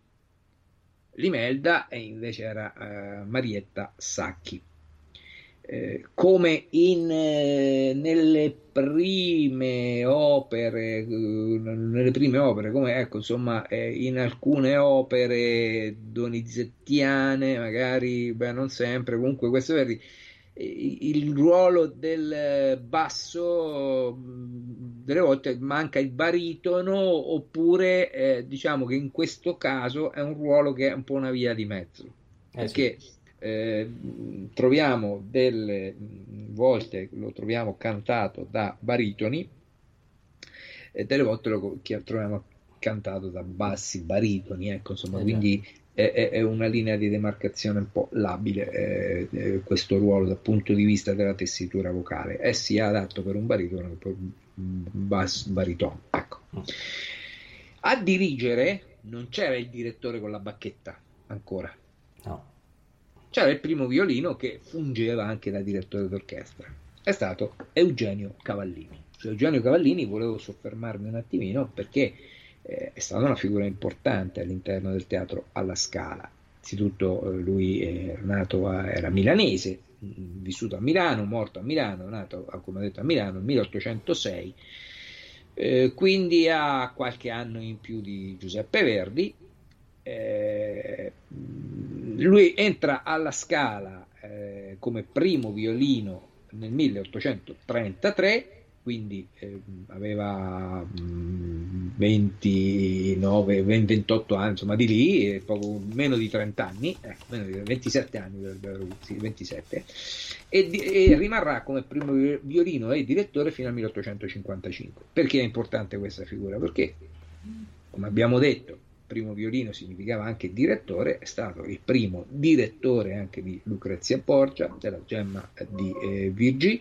Limelda e invece era eh, Marietta Sacchi. Eh, come in, eh, nelle prime opere, eh, nelle prime opere, come ecco, insomma, eh, in alcune opere donizettiane, magari, beh, non sempre, comunque questo è il ruolo del basso, delle volte manca il baritono, oppure eh, diciamo che in questo caso è un ruolo che è un po' una via di mezzo, eh perché sì. Eh, troviamo delle volte lo troviamo cantato da baritoni e delle volte lo troviamo cantato da bassi baritoni, ecco, insomma, eh, quindi è, è una linea di demarcazione un po' labile, eh, eh, questo ruolo dal punto di vista della tessitura vocale è sia adatto per un baritono che per un bass baritono, ecco. A dirigere non c'era il direttore con la bacchetta ancora, no. C'era il primo violino che fungeva anche da direttore d'orchestra, è stato Eugenio Cavallini. Su Eugenio Cavallini volevo soffermarmi un attimino perché eh, è stata una figura importante all'interno del teatro alla Scala. Innanzitutto eh, lui è nato a, era milanese, mh, vissuto a Milano, morto a Milano, nato come ho detto a Milano nel milleottocentosei, eh, quindi ha qualche anno in più di Giuseppe Verdi. Eh, lui entra alla Scala eh, come primo violino nel milleottocentotrentatré, quindi eh, aveva mh, ventinove ventotto anni, insomma di lì, poco meno di trenta anni, ecco, meno di ventisette anni, sì, ventisette, e, e rimarrà come primo violino e direttore fino al milleottocentocinquantacinque. Perché è importante questa figura? Perché, come abbiamo detto, primo violino significava anche direttore, è stato il primo direttore anche di Lucrezia Borgia, della Gemma di eh, Virgì,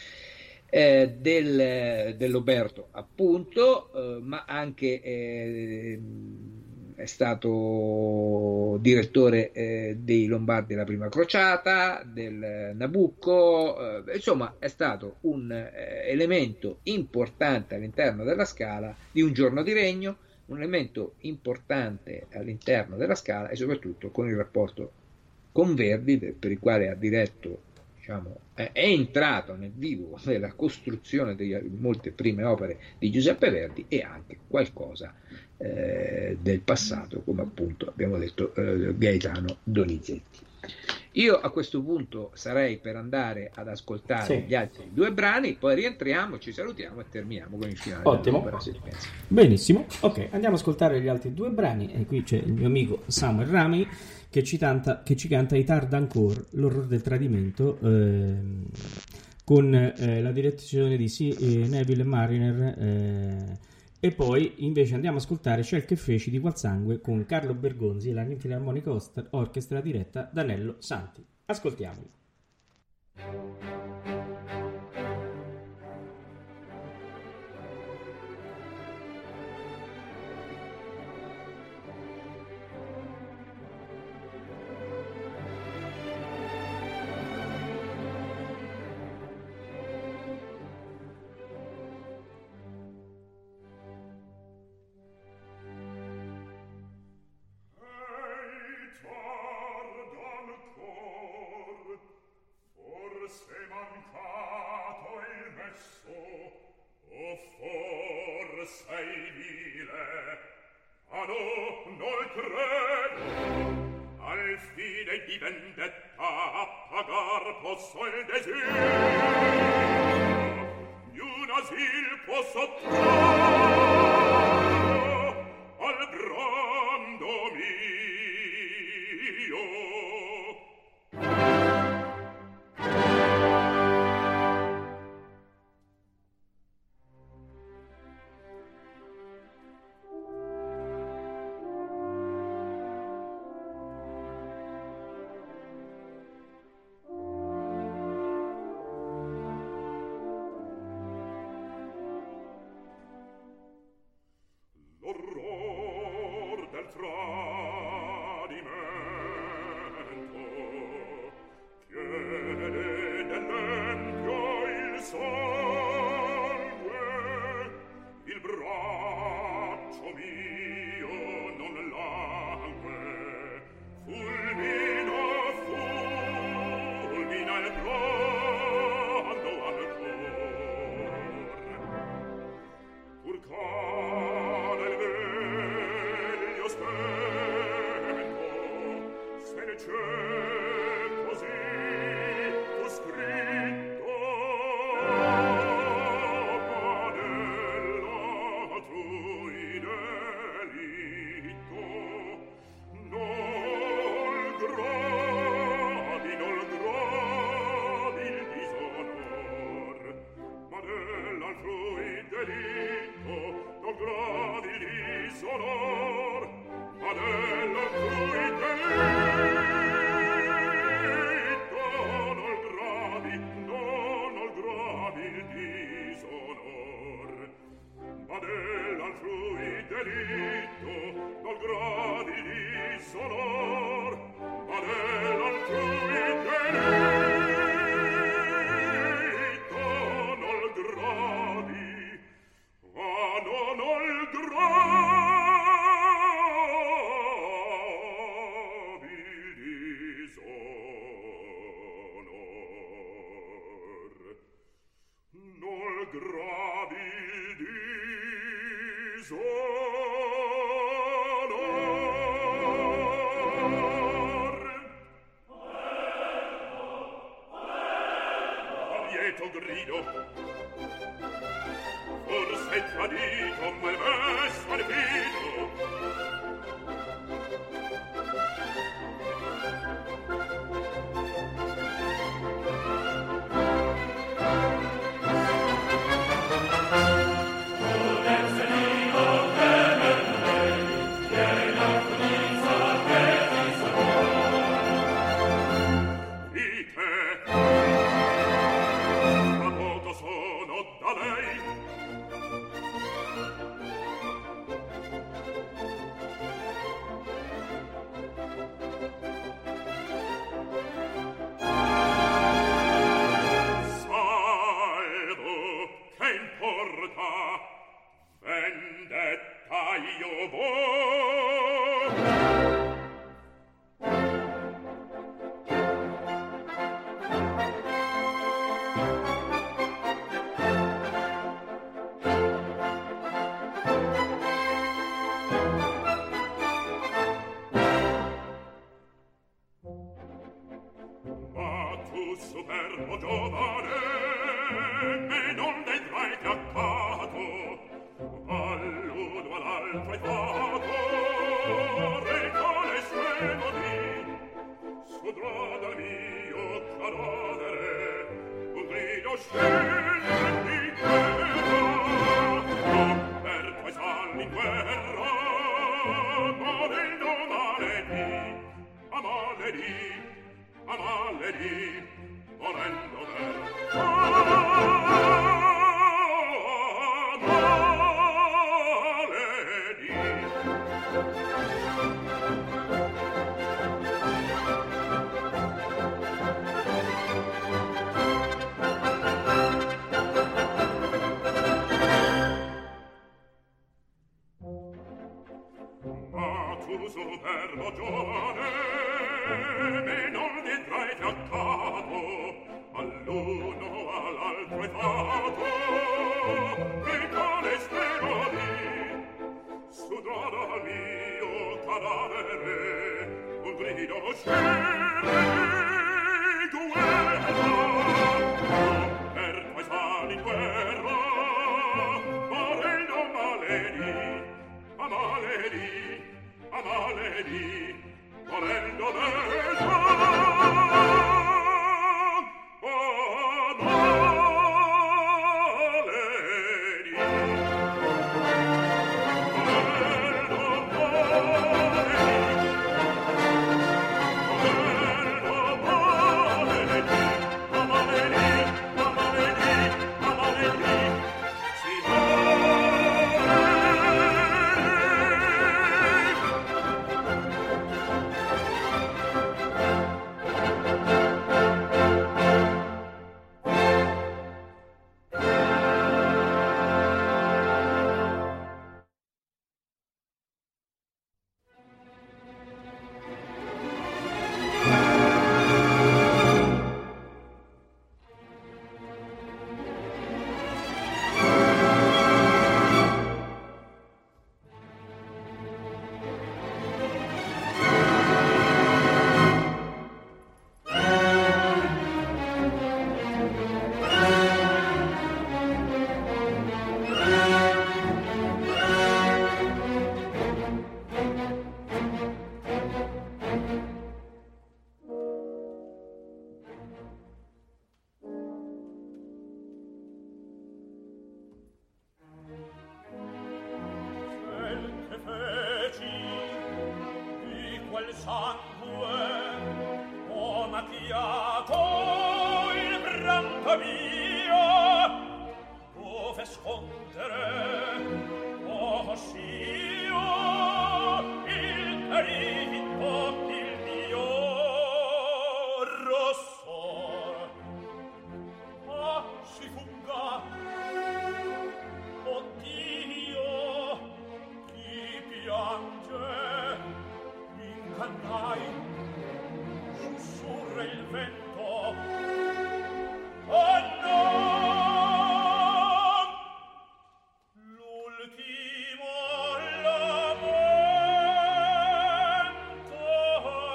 eh, del, dell'Oberto appunto, eh, ma anche eh, è stato direttore eh, dei Lombardi della Prima Crociata, del Nabucco, eh, insomma è stato un eh, elemento importante all'interno della Scala di Un giorno di regno, un elemento importante all'interno della Scala e soprattutto con il rapporto con Verdi, per il quale ha diretto, diciamo, è, è entrato nel vivo della costruzione di molte prime opere di Giuseppe Verdi e anche qualcosa eh, del passato, come appunto abbiamo detto eh, Gaetano Donizetti. Io a questo punto sarei per andare ad ascoltare sì. gli altri due brani, poi rientriamo, ci salutiamo e terminiamo con il finale. Ottimo. Benissimo. Ok, andiamo ad ascoltare gli altri due brani e qui c'è il mio amico Samuel Rami che ci, tanta, che ci canta I Tarda ancora, l'orrore del tradimento, eh, con eh, la direzione di sì, eh, Neville Mariner. Eh, E poi invece andiamo ad ascoltare Ciel che feci di Gualsangue con Carlo Bergonzi e la Filarmonica Orchestra diretta da Nello Santi. Ascoltiamoli. ecco grido, forse tradito me messo al fido.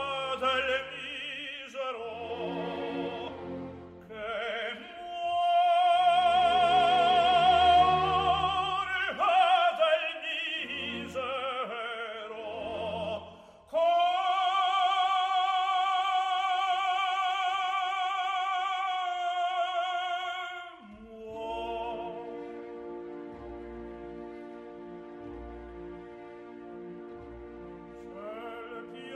Che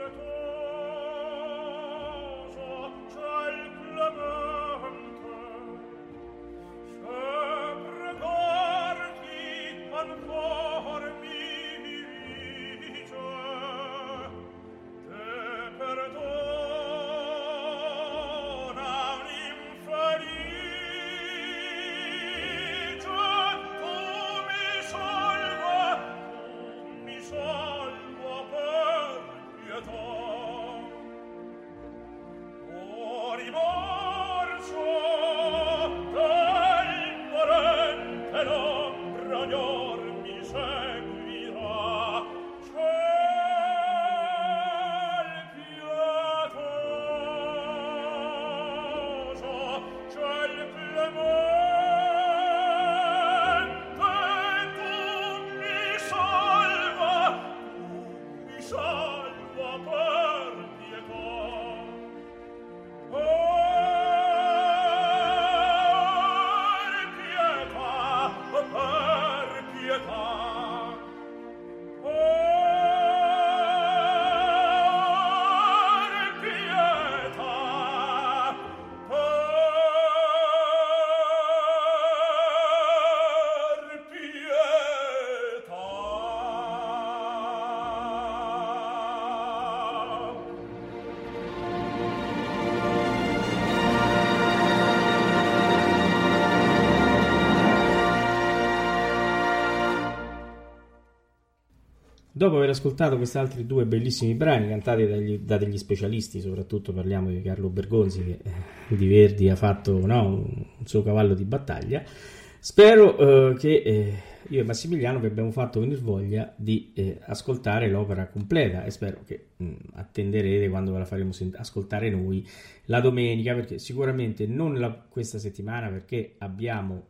Dopo aver ascoltato questi altri due bellissimi brani cantati dagli, da degli specialisti, soprattutto parliamo di Carlo Bergonzi che eh, di Verdi ha fatto no, un, un suo cavallo di battaglia, spero eh, che eh, io e Massimiliano vi abbiamo fatto venire voglia di eh, ascoltare l'opera completa e spero che mh, attenderete quando ve la faremo sent- ascoltare noi la domenica, perché sicuramente non la, questa settimana perché abbiamo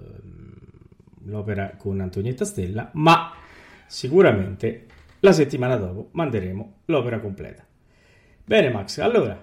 eh, l'opera con Antonietta Stella, ma sicuramente la settimana dopo manderemo l'opera completa. Bene Max, allora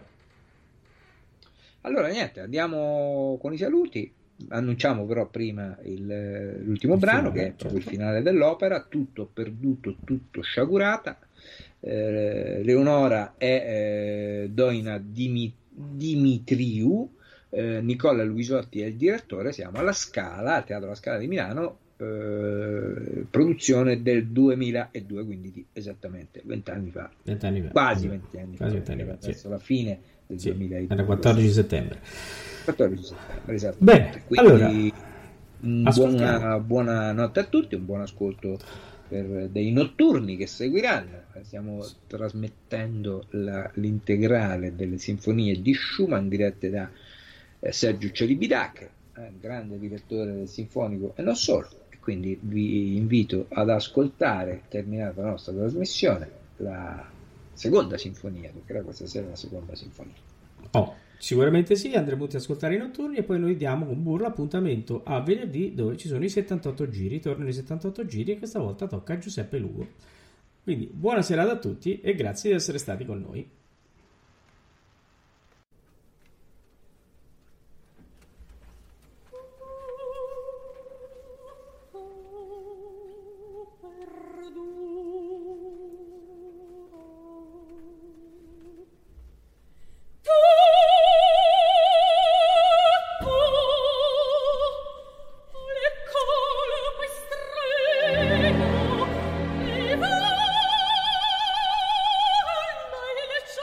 allora niente, andiamo con i saluti. Annunciamo però prima il, l'ultimo il brano finale, che è certo. proprio il finale dell'opera, tutto perduto, tutto sciagurata. eh, Leonora è eh, Doina Dimi- Dimitriou, eh, Nicola Luisotti è il direttore. Siamo alla Scala, al Teatro La Scala di Milano, eh, produzione del duemiladue, quindi di esattamente vent'anni fa, vent'anni fa, quasi vent'anni quasi fa, vent'anni fa, verso sì. la fine del Sì, duemiladue, era quattordici settembre. quattordici settembre, esatto. Bene, Quindi, allora un ascoltiamo. buona, buona notte a tutti, un buon ascolto per dei notturni che seguiranno. Stiamo trasmettendo la, l'integrale delle sinfonie di Schumann dirette da eh, Sergio Celibidache, eh, grande direttore del sinfonico e non solo. E quindi vi invito ad ascoltare, terminata la nostra trasmissione, la seconda sinfonia, perché era questa sera la seconda sinfonia. Oh, sicuramente sì, andremo tutti ad ascoltare i notturni e poi noi diamo con Burla appuntamento a venerdì dove ci sono i settantotto giri, tornano i settantotto giri e questa volta tocca a Giuseppe Lugo. Quindi buona serata a tutti e grazie di essere stati con noi. Ciao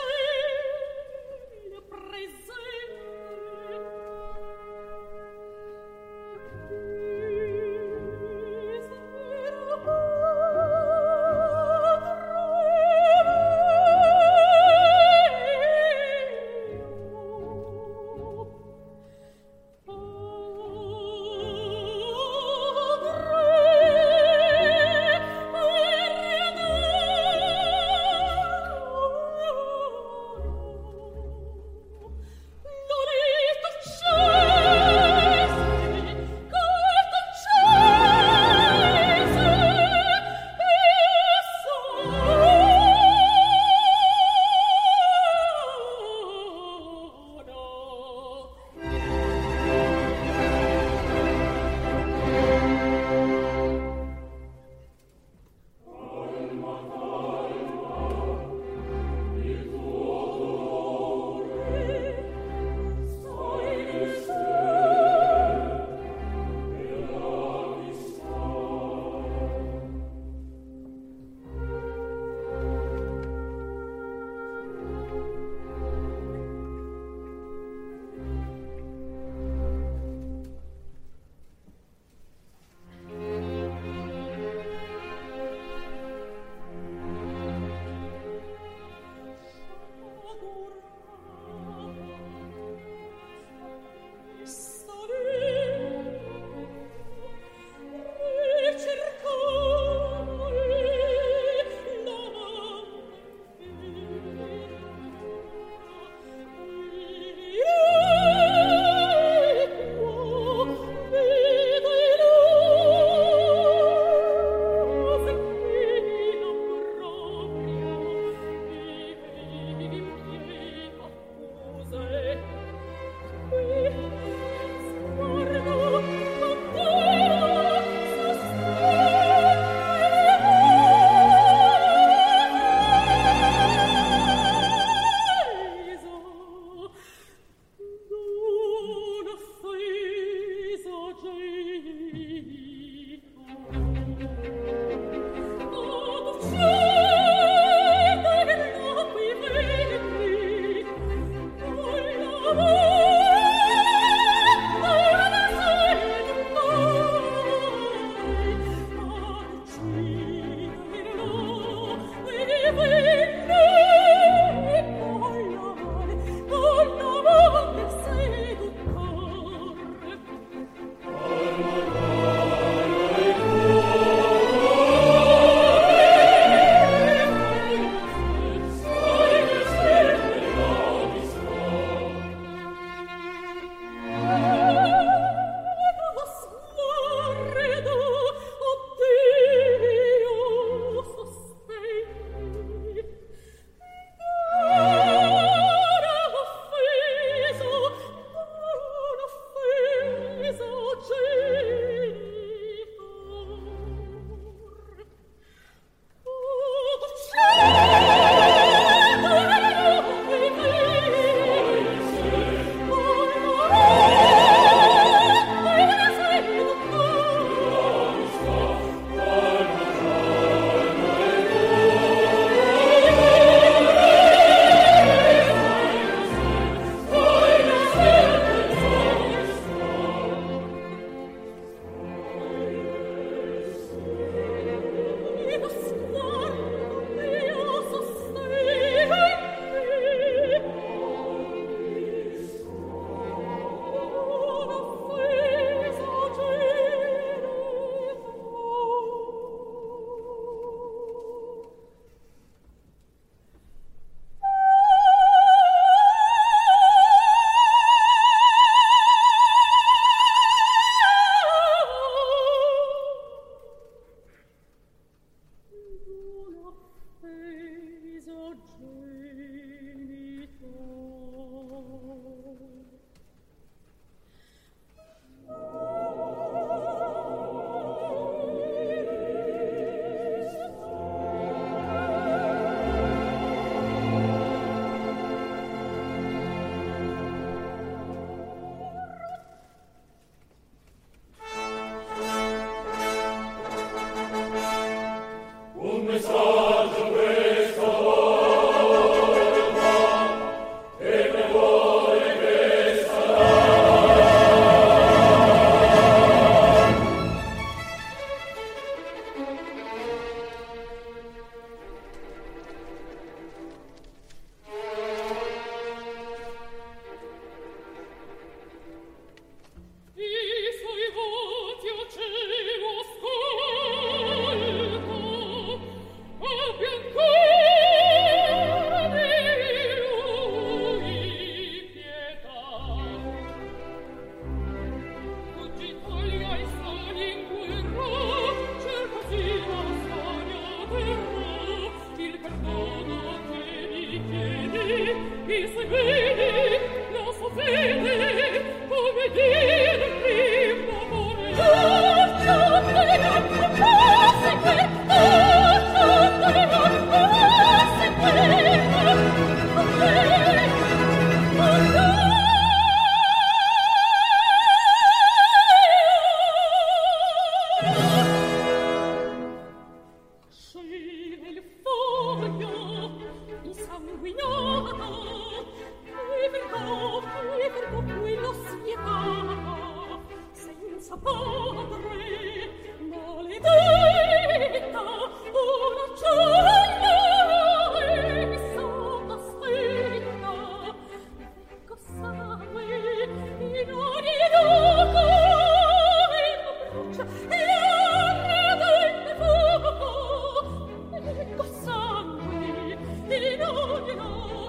Sangue, in ogni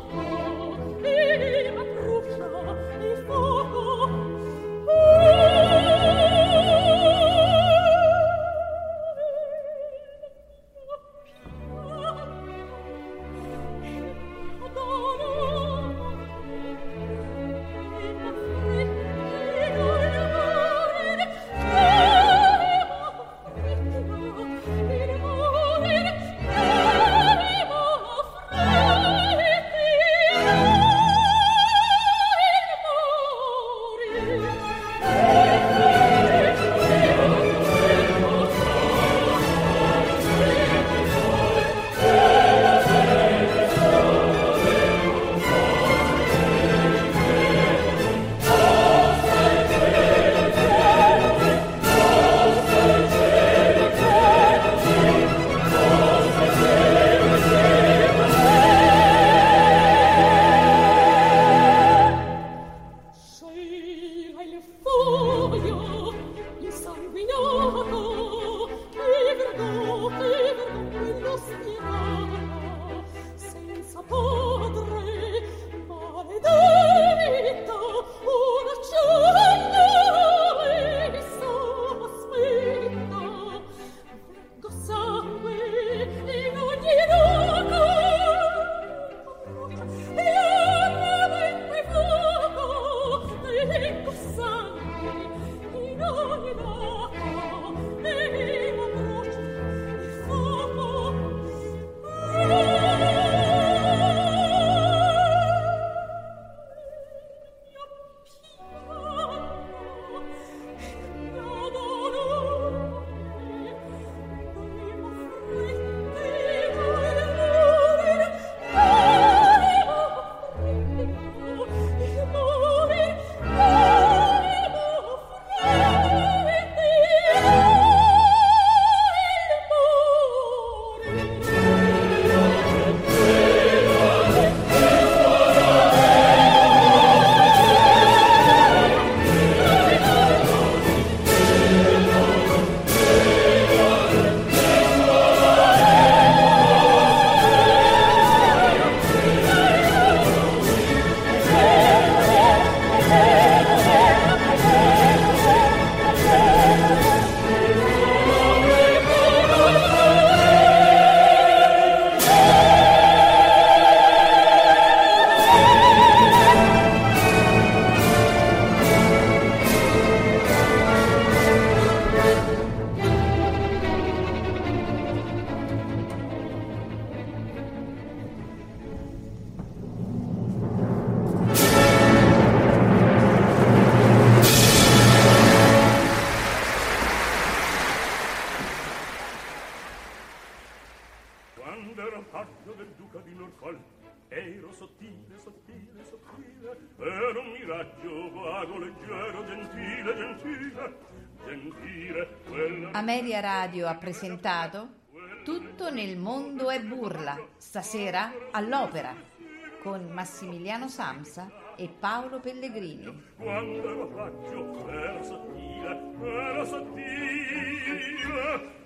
miraggio vago, leggero, gentile, gentile, gentile, quella... Ameria Radio ha presentato Tutto nel mondo è burla, stasera all'Opera, con Massimiliano Samsa e Paolo Pellegrini. Quando ero raggio, era sottile, era sottile,